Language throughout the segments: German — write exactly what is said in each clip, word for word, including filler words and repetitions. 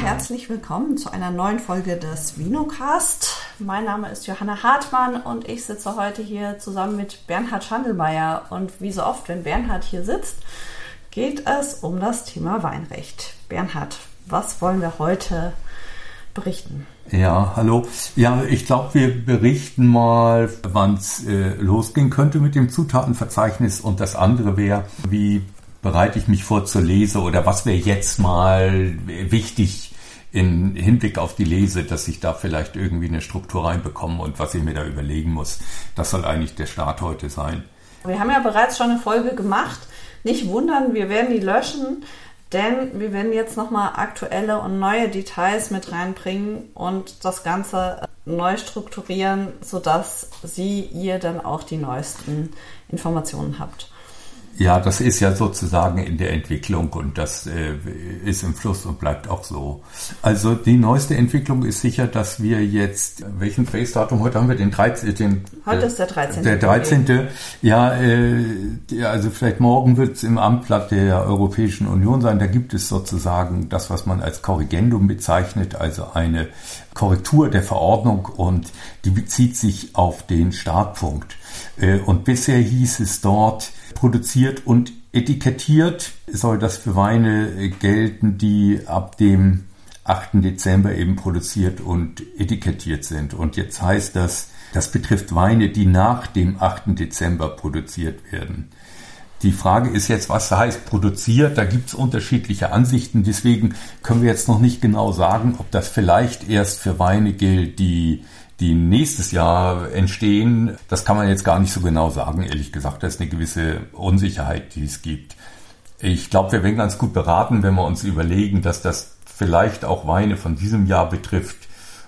herzlich willkommen zu einer neuen Folge des Vinocast. Mein Name ist Johanna Hartmann und ich sitze heute hier zusammen mit Bernhard Schandelmeier. Und wie so oft, wenn Bernhard hier sitzt, geht es um das Thema Weinrecht. Bernhard, was wollen wir heute berichten? Ja, hallo. Ja, ich glaube, wir berichten mal, wann es äh, losgehen könnte mit dem Zutatenverzeichnis. Und das andere wäre, wie bereite ich mich vor zur Lese oder was wäre jetzt mal wichtig im Hinblick auf die Lese, dass ich da vielleicht irgendwie eine Struktur reinbekomme und was ich mir da überlegen muss. Das soll eigentlich der Start heute sein. Wir haben ja bereits schon eine Folge gemacht. Nicht wundern, wir werden die löschen, denn wir werden jetzt nochmal aktuelle und neue Details mit reinbringen und das Ganze neu strukturieren, sodass Sie, ihr dann auch die neuesten Informationen habt. Ja, das ist ja sozusagen in der Entwicklung und das äh, ist im Fluss und bleibt auch so. Also die neueste Entwicklung ist sicher, dass wir jetzt, welchen Face-Datum heute haben wir? Den dreizehnten Heute äh, ist der dreizehnte Der dreizehnte Ja, äh, also vielleicht morgen wird es im Amtsblatt der Europäischen Union sein. Da gibt es sozusagen das, was man als Korrigendum bezeichnet, also eine Korrektur der Verordnung und die bezieht sich auf den Startpunkt. Äh, und bisher hieß es dort, produziert und etikettiert soll das für Weine gelten, die ab dem achten Dezember eben produziert und etikettiert sind. Und jetzt heißt das, das betrifft Weine, die nach dem achten Dezember produziert werden. Die Frage ist jetzt, was heißt produziert? Da gibt es unterschiedliche Ansichten. Deswegen können wir jetzt noch nicht genau sagen, ob das vielleicht erst für Weine gilt, die die nächstes Jahr entstehen. Das kann man jetzt gar nicht so genau sagen, ehrlich gesagt. Das ist eine gewisse Unsicherheit, die es gibt. Ich glaube, wir werden ganz gut beraten, wenn wir uns überlegen, dass das vielleicht auch Weine von diesem Jahr betrifft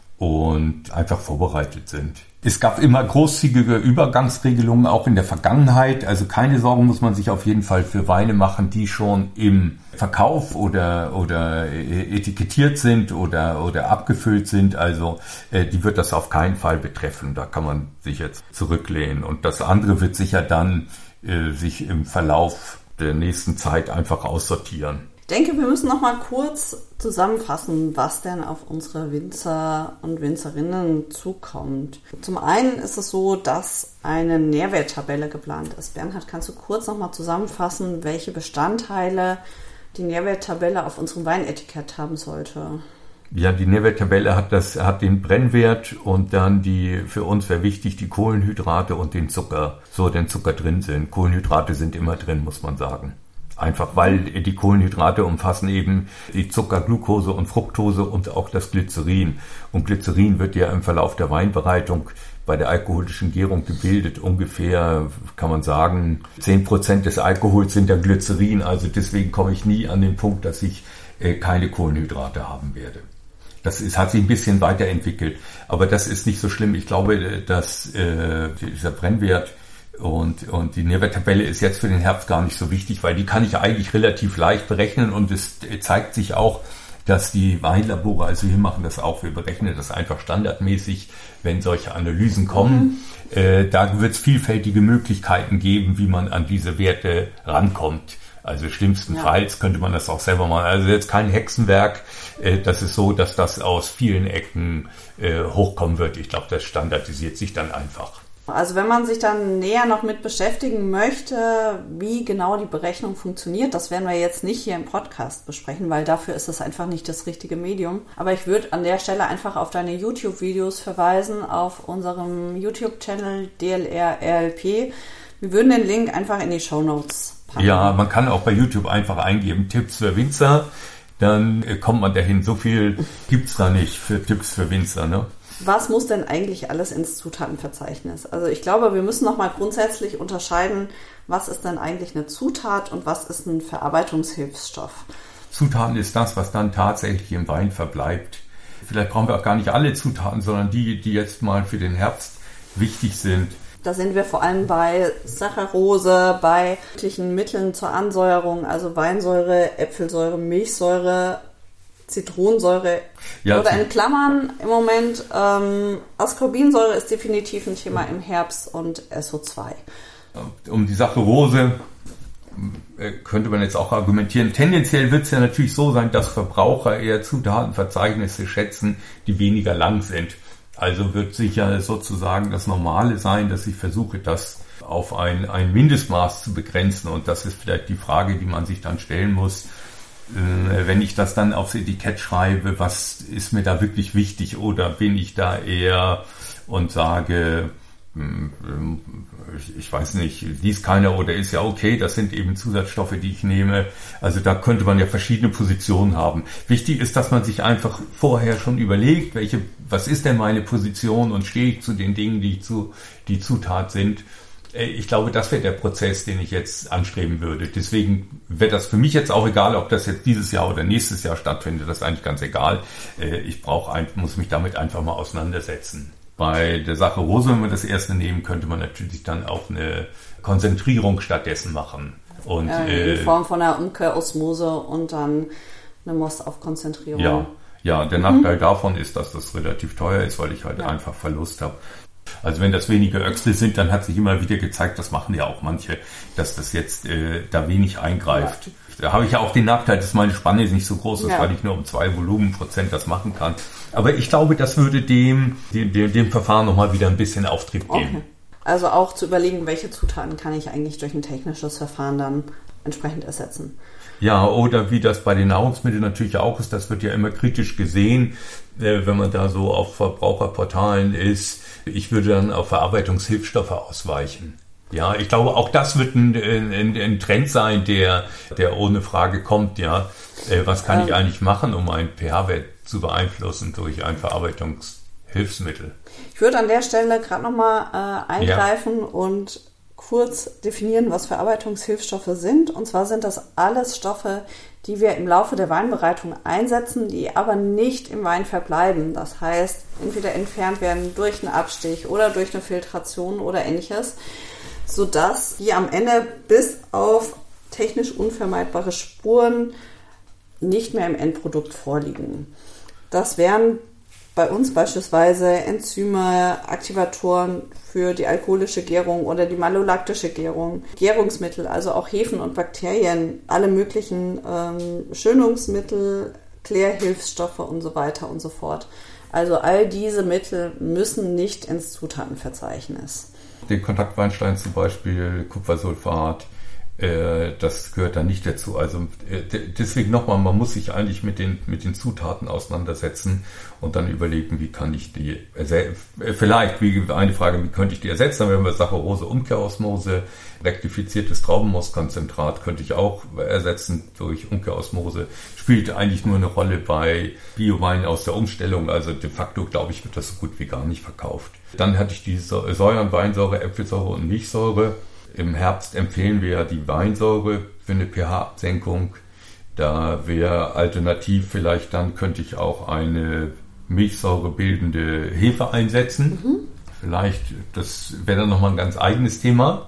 und einfach vorbereitet sind. Es gab immer großzügige Übergangsregelungen, auch in der Vergangenheit. Also keine Sorgen muss man sich auf jeden Fall für Weine machen, die schon im Verkauf oder oder etikettiert sind oder oder abgefüllt sind. Also äh, die wird das auf keinen Fall betreffen. Da kann man sich jetzt zurücklehnen. Und das andere wird sicher dann äh, sich im Verlauf der nächsten Zeit einfach aussortieren. Ich denke, wir müssen noch mal kurz zusammenfassen, was denn auf unsere Winzer und Winzerinnen zukommt. Zum einen ist es so, dass eine Nährwerttabelle geplant ist. Bernhard, kannst du kurz noch mal zusammenfassen, welche Bestandteile die Nährwerttabelle auf unserem Weinetikett haben sollte? Ja, die Nährwerttabelle hat das, hat den Brennwert und dann die, für uns wäre wichtig, die Kohlenhydrate und den Zucker, so den Zucker drin sind. Kohlenhydrate sind immer drin, muss man sagen. Einfach weil die Kohlenhydrate umfassen eben die Zucker, Glucose und Fructose und auch das Glycerin. Und Glycerin wird ja im Verlauf der Weinbereitung bei der alkoholischen Gärung gebildet. Ungefähr, kann man sagen, zehn Prozent des Alkohols sind dann Glycerin. Also deswegen komme ich nie an den Punkt, dass ich äh, keine Kohlenhydrate haben werde. Das ist, hat sich ein bisschen weiterentwickelt. Aber das ist nicht so schlimm. Ich glaube, dass äh, dieser Brennwert Und, und die Nährwerttabelle ist jetzt für den Herbst gar nicht so wichtig, weil die kann ich eigentlich relativ leicht berechnen und es zeigt sich auch, dass die Weinlabore, also wir machen das auch, wir berechnen das einfach standardmäßig, wenn solche Analysen kommen. Mhm. Äh, da wird es vielfältige Möglichkeiten geben, wie man an diese Werte rankommt. Also schlimmstenfalls ja. könnte man das auch selber machen. Also jetzt kein Hexenwerk. Äh, das ist so, dass das aus vielen Ecken äh, hochkommen wird. Ich glaube, das standardisiert sich dann einfach. Also wenn man sich dann näher noch mit beschäftigen möchte, wie genau die Berechnung funktioniert, das werden wir jetzt nicht hier im Podcast besprechen, weil dafür ist es einfach nicht das richtige Medium. Aber ich würde an der Stelle einfach auf deine YouTube-Videos verweisen, auf unserem YouTube-Channel D L R R L P. Wir würden den Link einfach in die Shownotes packen. Ja, man kann auch bei YouTube einfach eingeben, Tipps für Winzer, dann kommt man dahin. So viel gibt's da nicht für Tipps für Winzer, ne? Was muss denn eigentlich alles ins Zutatenverzeichnis? Also ich glaube, wir müssen noch mal grundsätzlich unterscheiden, was ist denn eigentlich eine Zutat und was ist ein Verarbeitungshilfsstoff? Zutaten ist das, was dann tatsächlich im Wein verbleibt. Vielleicht brauchen wir auch gar nicht alle Zutaten, sondern die, die jetzt mal für den Herbst wichtig sind. Da sind wir vor allem bei Saccharose, bei möglichen Mitteln zur Ansäuerung, also Weinsäure, Äpfelsäure, Milchsäure, Zitronensäure ja, oder in Klammern im Moment. Ähm, Ascorbinsäure ist definitiv ein Thema im Herbst und S O zwei. Um die Saccharose könnte man jetzt auch argumentieren. Tendenziell wird es ja natürlich so sein, dass Verbraucher eher Zutatenverzeichnisse schätzen, die weniger lang sind. Also wird sicher sozusagen das Normale sein, dass ich versuche, das auf ein, ein Mindestmaß zu begrenzen. Und das ist vielleicht die Frage, die man sich dann stellen muss. Wenn ich das dann aufs Etikett schreibe, was ist mir da wirklich wichtig? Oder bin ich da eher und sage, ich weiß nicht, liest keiner oder ist ja okay, das sind eben Zusatzstoffe, die ich nehme. Also da könnte man ja verschiedene Positionen haben. Wichtig ist, dass man sich einfach vorher schon überlegt, welche, was ist denn meine Position und stehe ich zu den Dingen, die zu, die Zutat sind. Ich glaube, das wäre der Prozess, den ich jetzt anstreben würde. Deswegen wäre das für mich jetzt auch egal, ob das jetzt dieses Jahr oder nächstes Jahr stattfindet. Das ist eigentlich ganz egal. Ich brauche ein, muss mich damit einfach mal auseinandersetzen. Bei der Sache Rose, wenn wir das erste nehmen, könnte man natürlich dann auch eine Konzentrierung stattdessen machen. Und, ja, in äh, Form von einer Umkehrosmose und dann eine Most auf Konzentrierung. Ja, ja, der Nachteil mhm. davon ist, dass das relativ teuer ist, weil ich halt ja. einfach Verlust habe. Also wenn das weniger Öchsel sind, dann hat sich immer wieder gezeigt, das machen ja auch manche, dass das jetzt äh, da wenig eingreift. Ja. Da habe ich ja auch den Nachteil, dass meine Spanne nicht so groß ist, ja. weil ich nur um zwei Volumenprozent das machen kann. Aber ich glaube, das würde dem, dem, dem Verfahren nochmal wieder ein bisschen Auftrieb geben. Okay. Also auch zu überlegen, welche Zutaten kann ich eigentlich durch ein technisches Verfahren dann entsprechend ersetzen. Ja, oder wie das bei den Nahrungsmitteln natürlich auch ist, das wird ja immer kritisch gesehen, wenn man da so auf Verbraucherportalen ist. Ich würde dann auf Verarbeitungshilfsstoffe ausweichen. Ja, ich glaube, auch das wird ein, ein, ein Trend sein, der, der ohne Frage kommt. Ja, was kann ähm, ich eigentlich machen, um einen pH-Wert zu beeinflussen durch ein Verarbeitungshilfsmittel? Ich würde an der Stelle gerade nochmal äh, eingreifen ja. und kurz definieren, was Verarbeitungshilfsstoffe sind. Und zwar sind das alles Stoffe, die wir im Laufe der Weinbereitung einsetzen, die aber nicht im Wein verbleiben. Das heißt, entweder entfernt werden durch einen Abstich oder durch eine Filtration oder ähnliches, sodass die am Ende bis auf technisch unvermeidbare Spuren nicht mehr im Endprodukt vorliegen. Das wären bei uns beispielsweise Enzyme, Aktivatoren für die alkoholische Gärung oder die malolaktische Gärung, Gärungsmittel, also auch Hefen und Bakterien, alle möglichen ähm, Schönungsmittel, Klärhilfsstoffe und so weiter und so fort. Also all diese Mittel müssen nicht ins Zutatenverzeichnis. Den Kontaktweinstein zum Beispiel, Kupfersulfat, das gehört da nicht dazu. Also deswegen nochmal, man muss sich eigentlich mit den mit den Zutaten auseinandersetzen und dann überlegen, wie kann ich die vielleicht, wie eine Frage, wie könnte ich die ersetzen? Dann wären wir Saccharose, Umkehrosmose, rektifiziertes Traubenmostkonzentrat könnte ich auch ersetzen durch Umkehrosmose. Spielt eigentlich nur eine Rolle bei Biowein aus der Umstellung. Also de facto, glaube ich, wird das so gut wie gar nicht verkauft. Dann hatte ich die Säuren, Weinsäure, Äpfelsäure und Milchsäure. Im Herbst empfehlen wir die Weinsäure für eine pH-Absenkung. Da wäre alternativ vielleicht dann, könnte ich auch eine Milchsäure bildende Hefe einsetzen. Mhm. Vielleicht, das wäre dann nochmal ein ganz eigenes Thema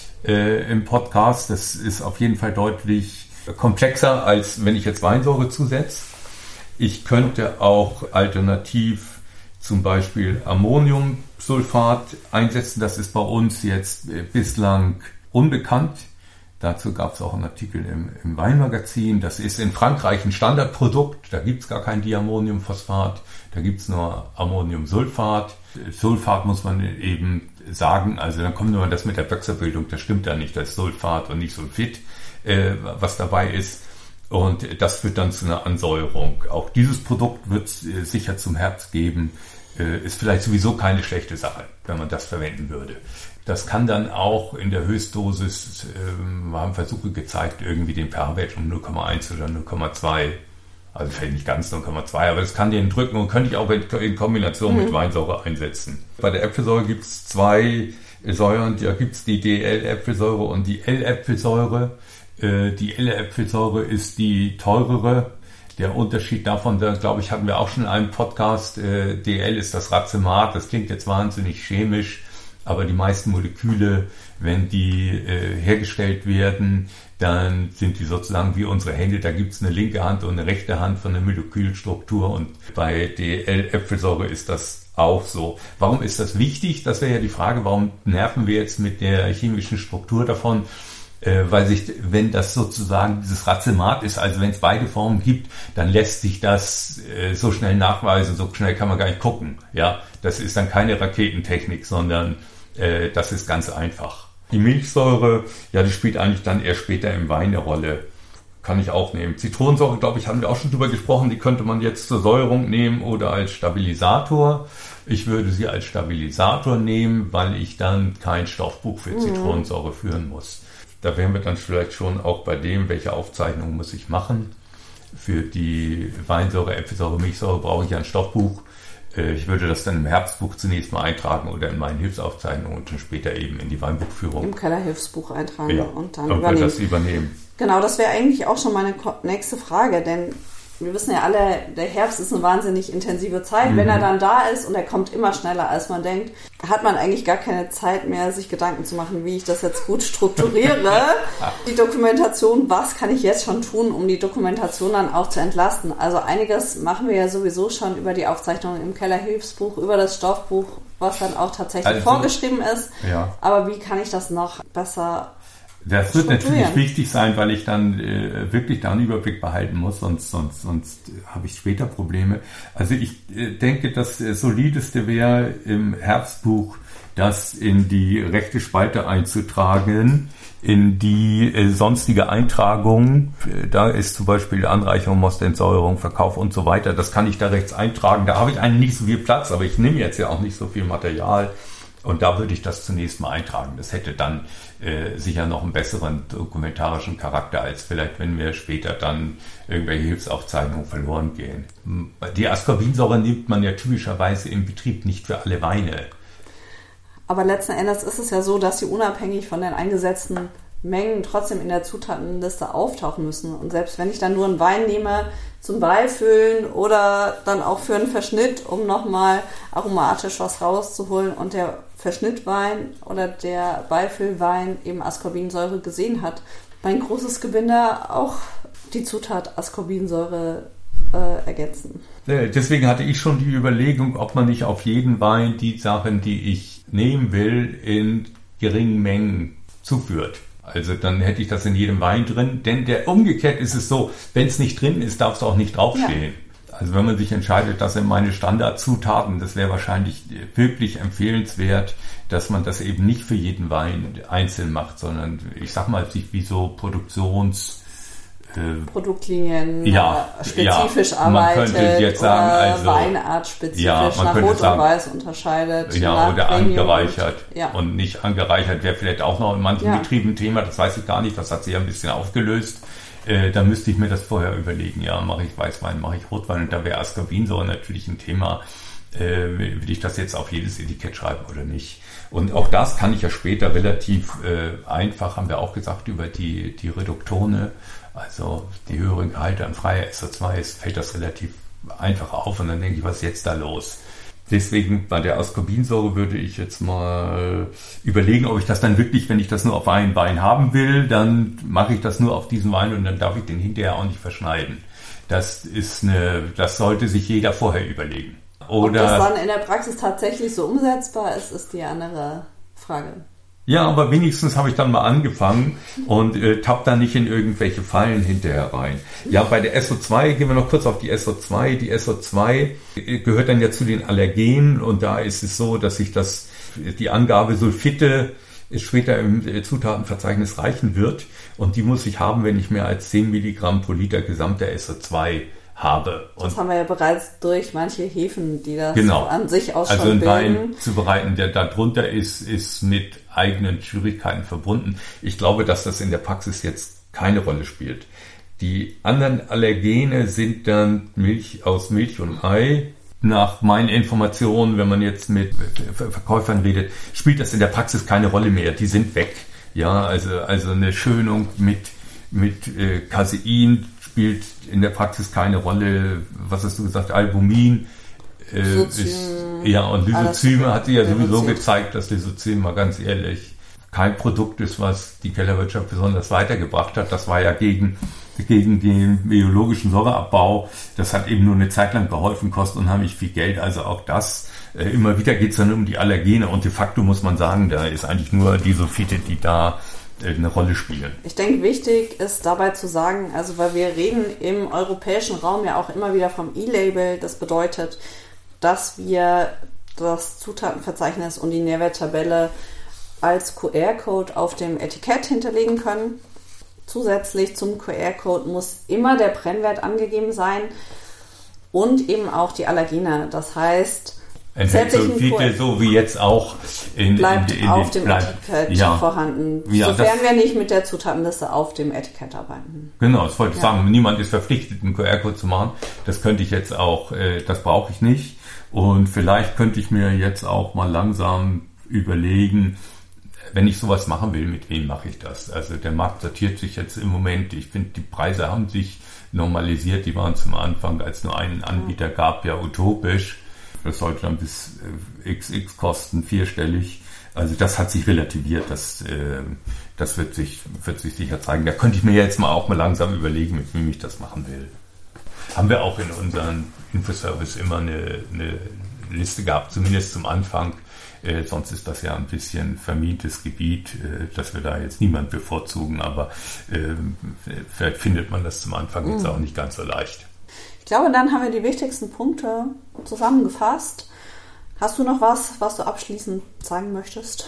äh, im Podcast. Das ist auf jeden Fall deutlich komplexer, als wenn ich jetzt Weinsäure zusetze. Ich könnte auch alternativ zum Beispiel Ammoniumsulfat einsetzen. Das ist bei uns jetzt bislang unbekannt. Dazu gab es auch einen Artikel im, im Weinmagazin. Das ist in Frankreich ein Standardprodukt. Da gibt es gar kein Diammoniumphosphat. Da gibt es nur Ammoniumsulfat. Sulfat muss man eben sagen. Also dann kommt immer das mit der Wechselbildung. Das stimmt da nicht. Das ist Sulfat und nicht Sulfit, äh, was dabei ist. Und das führt dann zu einer Ansäuerung. Auch dieses Produkt wird es äh, sicher zum Herbst geben. Äh, ist vielleicht sowieso keine schlechte Sache, wenn man das verwenden würde. Das kann dann auch in der Höchstdosis, äh, wir haben Versuche gezeigt, irgendwie den pH-Wert um null Komma eins oder null Komma zwei, also vielleicht nicht ganz null Komma zwei, aber das kann den drücken und könnte ich auch in, in Kombination mhm. mit Weinsäure einsetzen. Bei der Äpfelsäure gibt es zwei Säuren, da gibt es die D L-Äpfelsäure und die L-Äpfelsäure. Die L-Äpfelsäure ist die teurere. Der Unterschied davon, da glaube ich, hatten wir auch schon in einem Podcast. D L ist das Racemat. Das klingt jetzt wahnsinnig chemisch, aber die meisten Moleküle, wenn die äh, hergestellt werden, dann sind die sozusagen wie unsere Hände. Da gibt es eine linke Hand und eine rechte Hand von der Molekülstruktur. Und bei D L-Äpfelsäure ist das auch so. Warum ist das wichtig? Das wäre ja die Frage, warum nerven wir jetzt mit der chemischen Struktur davon? äh, weil sich, wenn das sozusagen dieses Racemat ist, also wenn es beide Formen gibt, dann lässt sich das äh, so schnell nachweisen, so schnell kann man gar nicht gucken. Ja, das ist dann keine Raketentechnik, sondern äh, das ist ganz einfach. Die Milchsäure, ja, die spielt eigentlich dann eher später im Wein eine Rolle. Kann ich auch nehmen. Zitronensäure, glaube ich, haben wir auch schon drüber gesprochen. Die könnte man jetzt zur Säuerung nehmen oder als Stabilisator. Ich würde sie als Stabilisator nehmen, weil ich dann kein Stoffbuch für Zitronensäure führen muss. Da wären wir dann vielleicht schon auch bei dem, welche Aufzeichnung muss ich machen. Für die Weinsäure, Äpfelsäure, Milchsäure brauche ich ein Stoffbuch. Ich würde das dann im Herbstbuch zunächst mal eintragen oder in meinen Hilfsaufzeichnungen und dann später eben in die Weinbuchführung. Im Kellerhilfsbuch eintragen ja. und dann und übernehmen. das übernehmen. Genau, das wäre eigentlich auch schon meine nächste Frage, denn wir wissen ja alle, der Herbst ist eine wahnsinnig intensive Zeit. Mhm. Wenn er dann da ist und er kommt immer schneller, als man denkt, hat man eigentlich gar keine Zeit mehr, sich Gedanken zu machen, wie ich das jetzt gut strukturiere. Die Dokumentation, was kann ich jetzt schon tun, um die Dokumentation dann auch zu entlasten? Also einiges machen wir ja sowieso schon über die Aufzeichnungen im Kellerhilfsbuch, über das Stoffbuch, was dann auch tatsächlich also, vorgeschrieben ist. Ja. Aber wie kann ich das noch besser Das wird natürlich wichtig sein, weil ich dann äh, wirklich da einen Überblick behalten muss, sonst, sonst, sonst habe ich später Probleme. Also ich äh, denke, das äh, Solideste wäre im Herbstbuch, das in die rechte Spalte einzutragen, in die äh, sonstige Eintragung. Äh, da ist zum Beispiel Anreicherung, Mostentsäuerung, Verkauf und so weiter. Das kann ich da rechts eintragen. Da habe ich eigentlich nicht so viel Platz, aber ich nehme jetzt ja auch nicht so viel Material. Und da würde ich das zunächst mal eintragen. Das hätte dann äh, sicher noch einen besseren dokumentarischen Charakter, als vielleicht, wenn wir später dann irgendwelche Hilfsaufzeichnungen verloren gehen. Die Ascorbinsäure nimmt man ja typischerweise im Betrieb nicht für alle Weine. Aber letzten Endes ist es ja so, dass sie unabhängig von den eingesetzten Mengen trotzdem in der Zutatenliste auftauchen müssen. Und selbst wenn ich dann nur einen Wein nehme zum Beifüllen oder dann auch für einen Verschnitt, um nochmal aromatisch was rauszuholen und der Verschnittwein oder der Beifüllwein eben Ascorbinsäure gesehen hat, mein großes Gebinde auch die Zutat Ascorbinsäure äh, ergänzen. Deswegen hatte ich schon die Überlegung, ob man nicht auf jeden Wein die Sachen, die ich nehmen will, in geringen Mengen zuführt. Also dann hätte ich das in jedem Wein drin, denn der umgekehrt ist es so, wenn es nicht drin ist, darf es auch nicht draufstehen. Ja. Also wenn man sich entscheidet, das sind meine Standardzutaten, das wäre wahrscheinlich wirklich empfehlenswert, dass man das eben nicht für jeden Wein einzeln macht, sondern ich sag mal, sich wie so Produktions... Äh, Produktlinien ja, spezifisch ja, arbeitet man könnte jetzt sagen, also, Weinart spezifisch ja, nach Rot und Weiß unterscheidet. Ja, oder Premium angereichert. Und, ja. und nicht angereichert wäre vielleicht auch noch in manchen ja. Betrieben ein Thema, das weiß ich gar nicht, das hat sich ja ein bisschen aufgelöst. Äh, da müsste ich mir das vorher überlegen, ja, mache ich Weißwein, mache ich Rotwein, und da wäre Ascorbinsäure natürlich ein Thema, äh, will ich das jetzt auf jedes Etikett schreiben oder nicht. Und auch das kann ich ja später relativ äh, einfach, haben wir auch gesagt, über die, die Reduktone, also die höheren Gehalte an freier S O zwei, ist, fällt das relativ einfach auf und dann denke ich, was ist jetzt da los? Deswegen bei der Ascorbinsäure würde ich jetzt mal überlegen, ob ich das dann wirklich, wenn ich das nur auf einen Wein haben will, dann mache ich das nur auf diesen Wein und dann darf ich den hinterher auch nicht verschneiden. Das ist eine, das sollte sich jeder vorher überlegen. Oder, ob das dann in der Praxis tatsächlich so umsetzbar ist, ist die andere Frage. Ja, aber wenigstens habe ich dann mal angefangen und äh, tapp da nicht in irgendwelche Fallen hinterher rein. Ja, bei der S O zwei, gehen wir noch kurz auf die S O zwei. Die S O zwei gehört dann ja zu den Allergenen und da ist es so, dass sich das, die Angabe Sulfite später im Zutatenverzeichnis reichen wird und die muss ich haben, wenn ich mehr als zehn Milligramm pro Liter gesamter S O zwei habe. Und das haben wir ja bereits durch manche Hefen, die das genau. an sich auch also schon bilden. Also ein Wein zu bereiten, der da drunter ist, ist mit eigenen Schwierigkeiten verbunden. Ich glaube, dass das in der Praxis jetzt keine Rolle spielt. Die anderen Allergene sind dann Milch aus Milch und Ei. Nach meinen Informationen, wenn man jetzt mit Verkäufern redet, spielt das in der Praxis keine Rolle mehr. Die sind weg. Ja, also, also eine Schönung mit, mit äh, Casein spielt in der Praxis keine Rolle. Was hast du gesagt? Albumin äh, ist, ja, und Lysozyme hat sich ja sowieso gezeigt, dass Lysozyme, mal ganz ehrlich, kein Produkt ist, was die Kellerwirtschaft besonders weitergebracht hat. Das war ja gegen, gegen den biologischen Säureabbau. Das hat eben nur eine Zeit lang geholfen, kostet unheimlich viel Geld. Also auch das, äh, immer wieder geht es dann um die Allergene und de facto muss man sagen, da ist eigentlich nur die Sulfite, die da eine Rolle spielen. Ich denke, wichtig ist dabei zu sagen, also weil wir reden im europäischen Raum ja auch immer wieder vom E-Label. Das bedeutet, dass wir das Zutatenverzeichnis und die Nährwerttabelle als Q R-Code auf dem Etikett hinterlegen können. Zusätzlich zum Q R-Code muss immer der Brennwert angegeben sein und eben auch die Allergene. Das heißt, enthält so viele, so wie jetzt auch in, bleibt in, in, in auf dem bleibt, Etikett ja, vorhanden, ja, sofern wir nicht mit der Zutatenliste auf dem Etikett arbeiten. Genau, das wollte ich ja. sagen. Niemand ist verpflichtet, einen Q R-Code zu machen. Das könnte ich jetzt auch, äh, das brauche ich nicht. Und vielleicht könnte ich mir jetzt auch mal langsam überlegen, wenn ich sowas machen will, mit wem mache ich das? Also der Markt sortiert sich jetzt im Moment. Ich finde, die Preise haben sich normalisiert. Die waren zum Anfang, als nur einen Anbieter gab, ja utopisch. Das sollte dann bis äh, X X kosten, vierstellig. Also das hat sich relativiert. Das, äh, das wird sich, wird sich sicher zeigen. Da könnte ich mir jetzt mal auch mal langsam überlegen, mit wem ich das machen will. Haben wir auch in unserem Infoservice immer eine, eine Liste gehabt, zumindest zum Anfang. Äh, sonst ist das ja ein bisschen vermintes Gebiet, äh, dass wir da jetzt niemand bevorzugen, aber äh, vielleicht findet man das zum Anfang jetzt auch nicht ganz so leicht. Ich glaube, dann haben wir die wichtigsten Punkte zusammengefasst. Hast du noch was, was du abschließend sagen möchtest?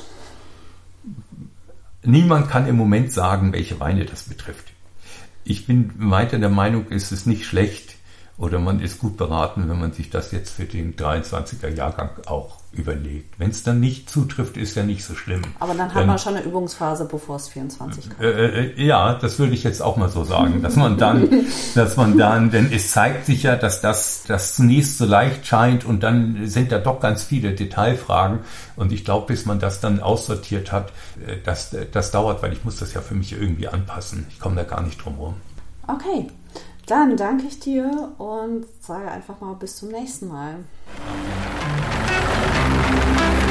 Niemand kann im Moment sagen, welche Weine das betrifft. Ich bin weiter der Meinung, es ist nicht schlecht oder man ist gut beraten, wenn man sich das jetzt für den dreiundzwanziger Jahrgang auch überlegt. Wenn es dann nicht zutrifft, ist ja nicht so schlimm. Aber dann hat dann, man schon eine Übungsphase, bevor es vierundzwanzig kommt. Äh, äh, ja, das würde ich jetzt auch mal so sagen, dass man dann, dass man dann, denn es zeigt sich ja, dass das, das zunächst so leicht scheint und dann sind da doch ganz viele Detailfragen und ich glaube, bis man das dann aussortiert hat, das, das dauert, weil ich muss das ja für mich irgendwie anpassen. Ich komme da gar nicht drum rum. Okay. Dann danke ich dir und sage einfach mal bis zum nächsten Mal.